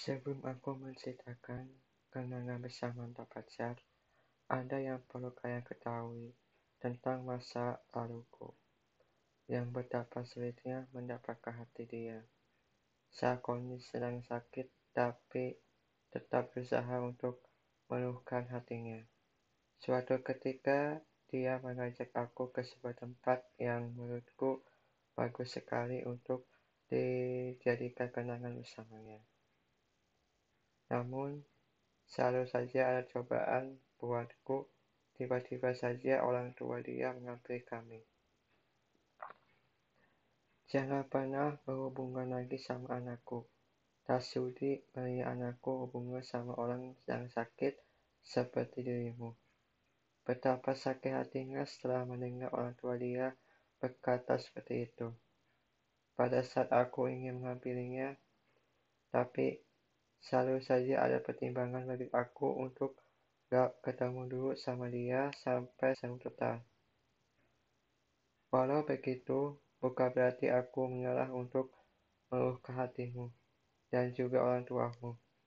Sebelum aku menceritakan kenangan bersama mantan pacar, ada yang perlu kalian ketahui tentang masa laluku, yang betapa sulitnya mendapatkan hati dia. Saat kondisi sedang sakit, tapi tetap berusaha untuk meluluhkan hatinya. Suatu ketika, dia mengajak aku ke sebuah tempat yang menurutku bagus sekali untuk dijadikan kenangan bersamanya. Namun, selalu saja ada cobaan buatku. Tiba-tiba saja orang tua dia menghampiri kami. Jangan pernah berhubungan lagi sama anakku. Tak sudi melihat anakku hubungan sama orang yang sakit seperti dirimu. Betapa sakit hatinya setelah mendengar orang tua dia berkata seperti itu. Pada saat aku ingin menghampirinya, tapi selalu saja ada pertimbangan bagi aku untuk gak ketemu dulu sama dia sampai sembuh total. Walau begitu, bukan berarti aku mengalah untuk meluluhkan hatimu dan juga orang tuamu.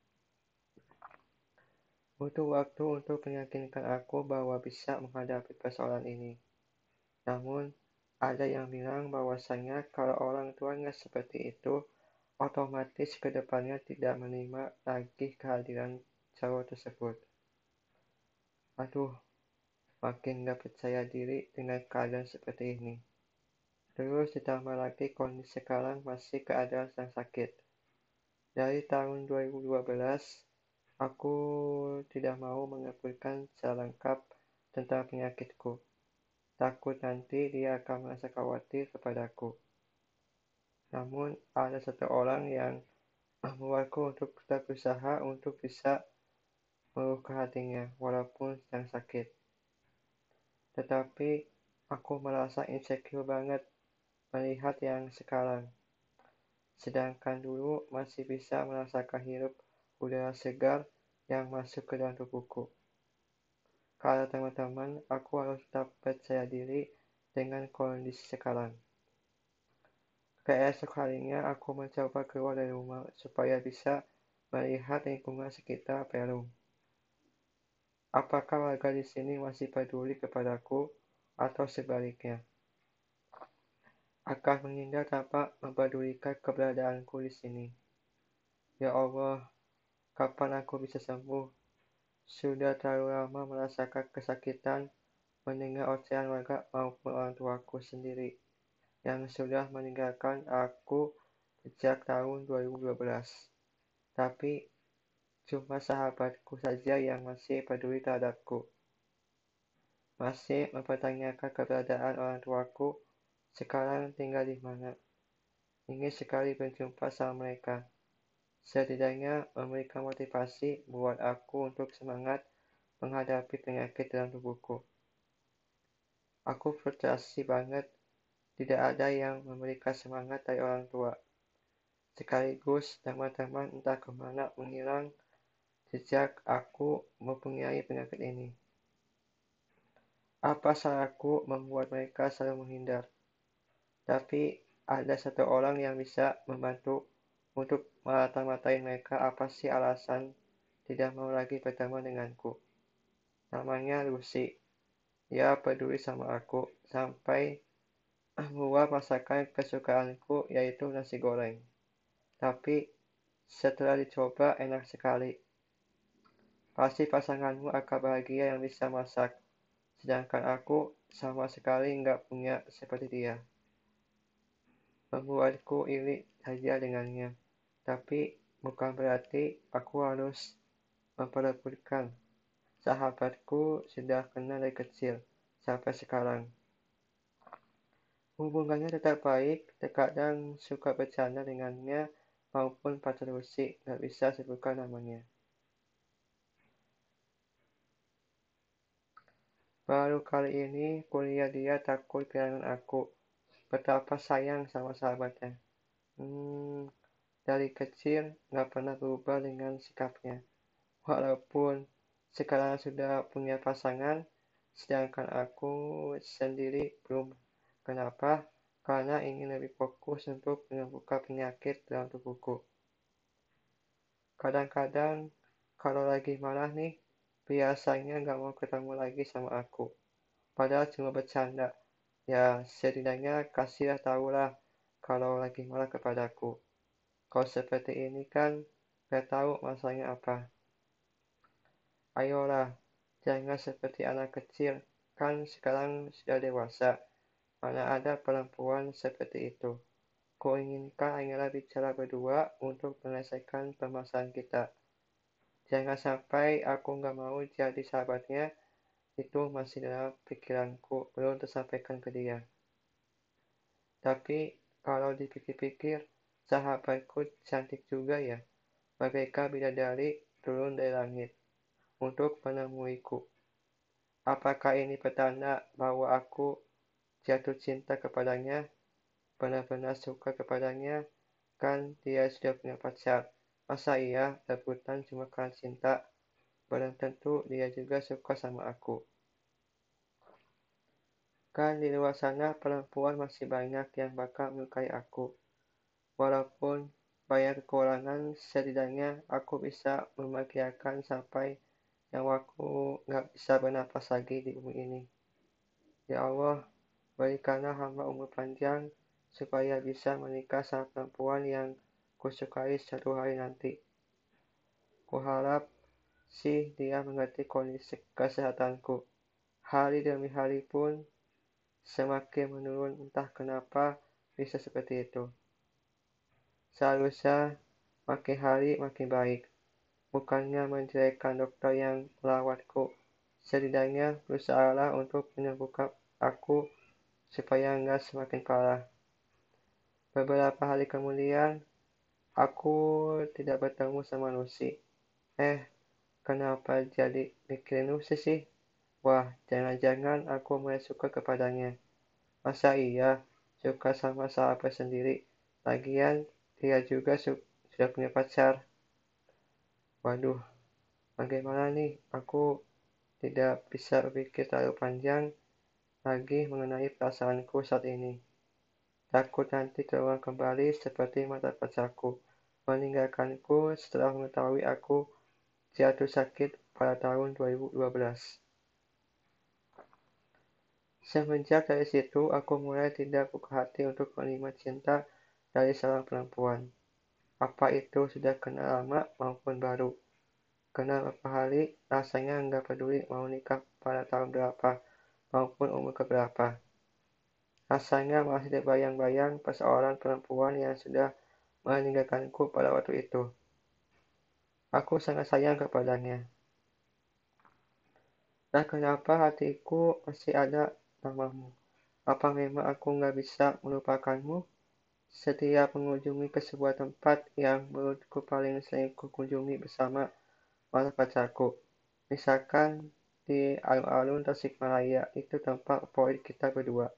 Butuh waktu untuk meyakinkan aku bahwa bisa menghadapi persoalan ini. Namun, ada yang bilang bahwasanya kalau orang tuanya seperti itu, otomatis ke depannya tidak menerima lagi kehadiran cowok tersebut. Aduh, makin gak percaya diri dengan keadaan seperti ini. Terus ditambah lagi kondisi sekarang masih keadaan sedang sakit. Dari tahun 2012, aku tidak mau mengakuikan secara lengkap tentang penyakitku. Takut nanti dia akan merasa khawatir kepadaku. Namun, ada satu orang yang membuatku untuk tetap berusaha untuk bisa meluluhkan hatinya walaupun sedang sakit. Tetapi, aku merasa insecure banget melihat yang sekarang. Sedangkan dulu masih bisa merasakan hirup udara segar yang masuk ke dalam tubuhku. Kata teman-teman, aku harus tetap percaya diri dengan kondisi sekarang. Keesok harinya aku mencoba keluar dari rumah supaya bisa melihat lingkungan sekitar Perum. Apakah warga di sini masih peduli kepadaku atau sebaliknya akan menghindar tanpa mempedulikan keberadaanku di sini? Ya Allah, kapan aku bisa sembuh? Sudah terlalu lama merasakan kesakitan mendengar ocehan warga maupun orang tuaku sendiri yang sudah meninggalkan aku sejak tahun 2012. Tapi cuma sahabatku saja yang masih peduli terhadapku. Masih mempertanyakan keberadaan orang tuaku sekarang tinggal di mana. Ingin sekali berjumpa sama mereka. Setidaknya memberikan motivasi buat aku untuk semangat menghadapi penyakit dalam tubuhku. Aku frustrasi banget tidak ada yang memberikan semangat dari orang tua. Sekaligus teman-teman entah kemana menghilang sejak aku mempunyai penyakit ini. Apa salahku membuat mereka selalu menghindar? Tapi ada satu orang yang bisa membantu untuk mata-matain mereka apa sih alasan tidak mau lagi berteman denganku. Namanya Lucy. Dia peduli sama aku sampai membuat masakan kesukaanku yaitu nasi goreng. Tapi setelah dicoba enak sekali. Pasti pasanganmu akan bahagia yang bisa masak. Sedangkan aku sama sekali nggak punya seperti dia. Membuatku iri saja dengannya. Tapi bukan berarti aku harus memperebutkan. Sahabatku sudah kenal dari kecil sampai sekarang. Hubungannya tetap baik, terkadang suka bercanda dengannya maupun pacar Lucy, nggak bisa sebutkan namanya. Baru kali ini kuliah dia takut kehilangan aku. Betapa sayang sama sahabatnya. Dari kecil nggak pernah berubah dengan sikapnya. Walaupun sekarang sudah punya pasangan, sedangkan aku sendiri belum. Kenapa? Karena ingin lebih fokus untuk menyembuhkan penyakit dalam tubuhku. Kadang-kadang kalau lagi marah nih, biasanya nggak mau ketemu lagi sama aku. Padahal cuma bercanda. Ya, setidaknya kasihlah tahulah kalau lagi marah kepadaku. Kalau seperti ini kan nggak tahu masalahnya apa. Ayolah, jangan seperti anak kecil. Kan sekarang sudah dewasa. Mana ada perempuan seperti itu. Kuinginkan hanyalah bicara berdua untuk menyelesaikan permasalahan kita. Jangan sampai aku nggak mau jadi sahabatnya, itu masih dalam pikiranku, belum tersampaikan ke dia. Tapi kalau dipikir-pikir, sahabatku cantik juga ya, bagaikan bidadari turun dari langit untuk menemuiku. Apakah ini pertanda bahwa aku jatuh cinta kepadanya, benar-benar suka kepadanya? Kan dia sudah punya pacar. Masa iya rebutan cuma karena cinta? Belum tentu dia juga suka sama aku. Kan di luar sana perempuan masih banyak yang bakal menyukai aku. Walaupun banyak kekurangan, setidaknya aku bisa membahagiakan sampai nyawaku nggak bisa bernapas lagi di bumi ini. Ya Allah, berikanlah hamba umur panjang supaya bisa menikah sama perempuan yang kusukai suatu hari nanti. Kuharap sih dia mengerti kondisi kesehatanku. Hari demi hari pun semakin menurun, entah kenapa bisa seperti itu. Seharusnya makin hari makin baik. Bukannya menjelekkan dokter yang merawatku. Setidaknya berusahalah untuk menyembuhkan aku supaya enggak semakin parah. Beberapa hari kemudian, aku tidak bertemu sama Lucy. Kenapa jadi mikirin Lucy sih? Wah, jangan-jangan aku mulai suka kepadanya. Masa iya suka sama sahabat sendiri? Lagian dia juga sudah punya pacar. Waduh, bagaimana nih? Aku tidak bisa berpikir terlalu panjang lagi mengenai perasaanku saat ini. Takut nanti terulang kembali seperti mata pacarku, meninggalkanku setelah mengetahui aku jatuh sakit pada tahun 2012. Semenjak dari situ, aku mulai tidak buka hati untuk menerima cinta dari seorang perempuan. Apa itu sudah kenal lama maupun baru. Kenal beberapa hari, rasanya nggak peduli mau nikah pada tahun berapa maupun umur keberapa. Rasanya masih terbayang-bayang persoalan perempuan yang sudah meninggalkanku pada waktu itu. Aku sangat sayang kepadanya. Dan kenapa hatiku masih ada namamu? Apa memang aku nggak bisa melupakanmu? Setiap mengunjungi ke sebuah tempat yang menurutku paling sering kunjungi bersama mata pacarku. Misalkan di alun-alun Tasikmalaya, itu tempat favorit kita berdua.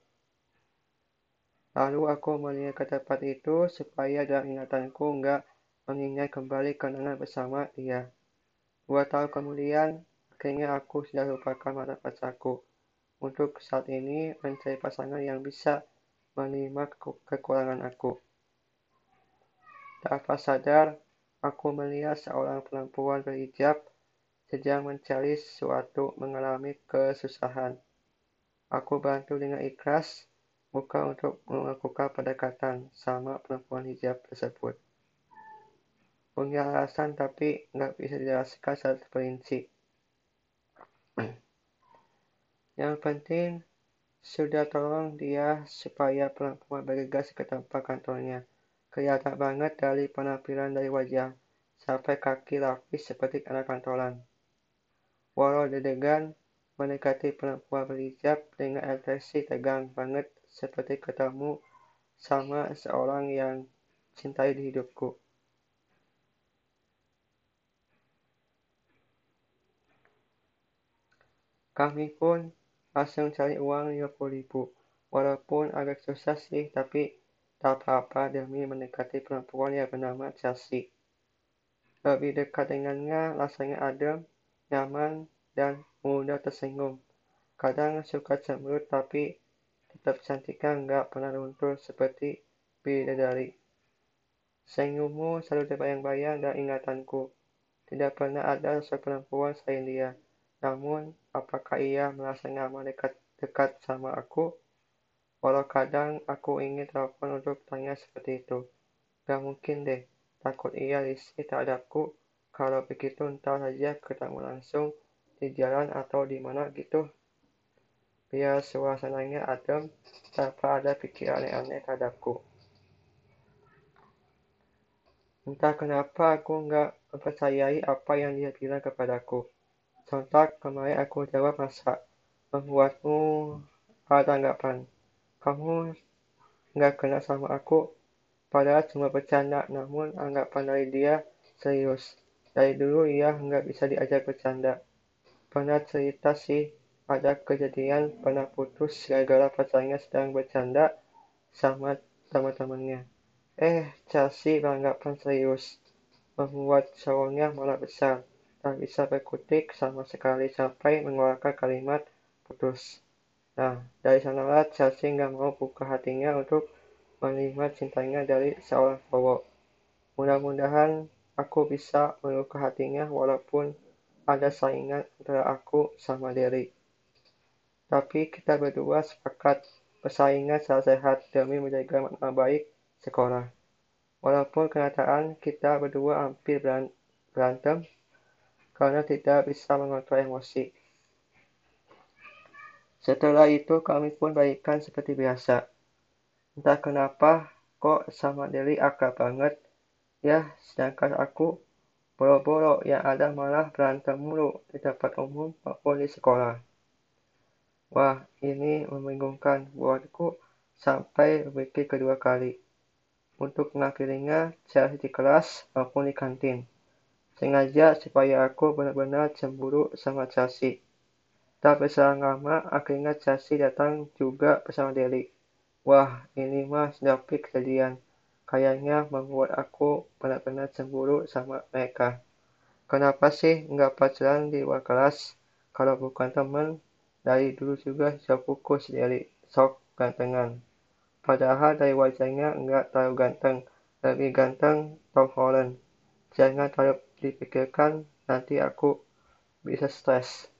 Lalu aku melihat ke tempat itu supaya dalam ingatanku nggak mengingat kembali kenangan bersama dia. 2 tahun kemudian, akhirnya aku sudah lupakan mata pacarku. Untuk saat ini mencari pasangan yang bisa menerima kekurangan aku. Tanpa sadar, aku melihat seorang perempuan berhijab sedang mencari sesuatu mengalami kesusahan. Aku bantu dengan ikhlas, bukan untuk melakukan pendekatan sama perempuan hijab tersebut. Punya alasan tapi nggak bisa dijelaskan secara terperinci. Yang penting, sudah tolong dia supaya perempuan bergegas ke tempat kantornya. Kelihatan banget dari penampilan dari wajah sampai kaki rapih seperti anak kantoran. Walau deg-degan mendekati perempuan berhijab dengan ekspresi tegang banget seperti ketemu sama seorang yang cintai di hidupku. Kami pun langsung cari uang 50.000. Walaupun agak susah sih, tapi tak apa-apa demi mendekati perempuan yang bernama Chelsea. Lebih dekat dengannya rasanya adem, nyaman, dan mudah tersinggung. Kadang suka cemberut tapi tetap cantiknya nggak pernah luntur seperti bidadari. Senyummu selalu terbayang-bayang dalam ingatanku. Tidak pernah ada sosok perempuan selain dia. Namun, apakah ia merasa nyaman dekat sama aku? Walau kadang aku ingin telepon untuk tanya seperti itu. Gak mungkin deh, takut ia risih terhadapku. Kalau begitu ntar saja ketemu langsung di jalan atau di mana gitu. Biar suasananya adem tanpa ada pikiran aneh-aneh terhadapku. Entah kenapa aku nggak mempercayai apa yang dia bilang kepadaku. Sontak kemarin aku jawab masa membuatmu ada anggapan. Kamu nggak kenal sama aku, padahal cuma bercanda, namun anggapan dari dia serius. Dari dulu ia nggak bisa diajak bercanda. Pernah cerita sih, ada kejadian pernah putus gara-gara pacarnya sedang bercanda sama teman-temannya. Chelsea beranggapan serius, membuat cowoknya malah besar, tak bisa berkutik sama sekali sampai mengeluarkan kalimat putus. Nah, dari sanalah Chelsea nggak mau buka hatinya untuk menerima cintanya dari seorang cowok. Mudah-mudahan aku bisa membuka hatinya walaupun ada saingan antara aku sama Derry. Tapi kita berdua sepakat persaingan secara sehat demi menjaga nama baik sekolah. Walaupun kenyataan kita berdua hampir berantem karena tidak bisa mengontrol emosi. Setelah itu kami pun baikan seperti biasa. Entah kenapa kok sama Deli akrab banget ya, sedangkan aku boro-boro yang ada malah berantem mulu di tempat umum maupun di sekolah. Wah, ini membingungkan buatku sampai berpikir kedua kali untuk mengakhirinya cari di kelas maupun di kantin. Sengaja supaya aku benar-benar cemburu sama Chelsea. Tak berselang lama, akhirnya Chelsea datang juga bersama Derry. Wah, ini mah sudah fix kejadian. Kayaknya membuat aku benar-benar cemburu sama mereka. Kenapa sih nggak pacaran di luar kelas? Kalau bukan temen, dari dulu juga saya fokus Derry. Sok gantengan. Padahal dari wajahnya nggak terlalu ganteng. Lebih ganteng Tom Holland. Jangan terlalu dipikirkan, nanti aku bisa stres.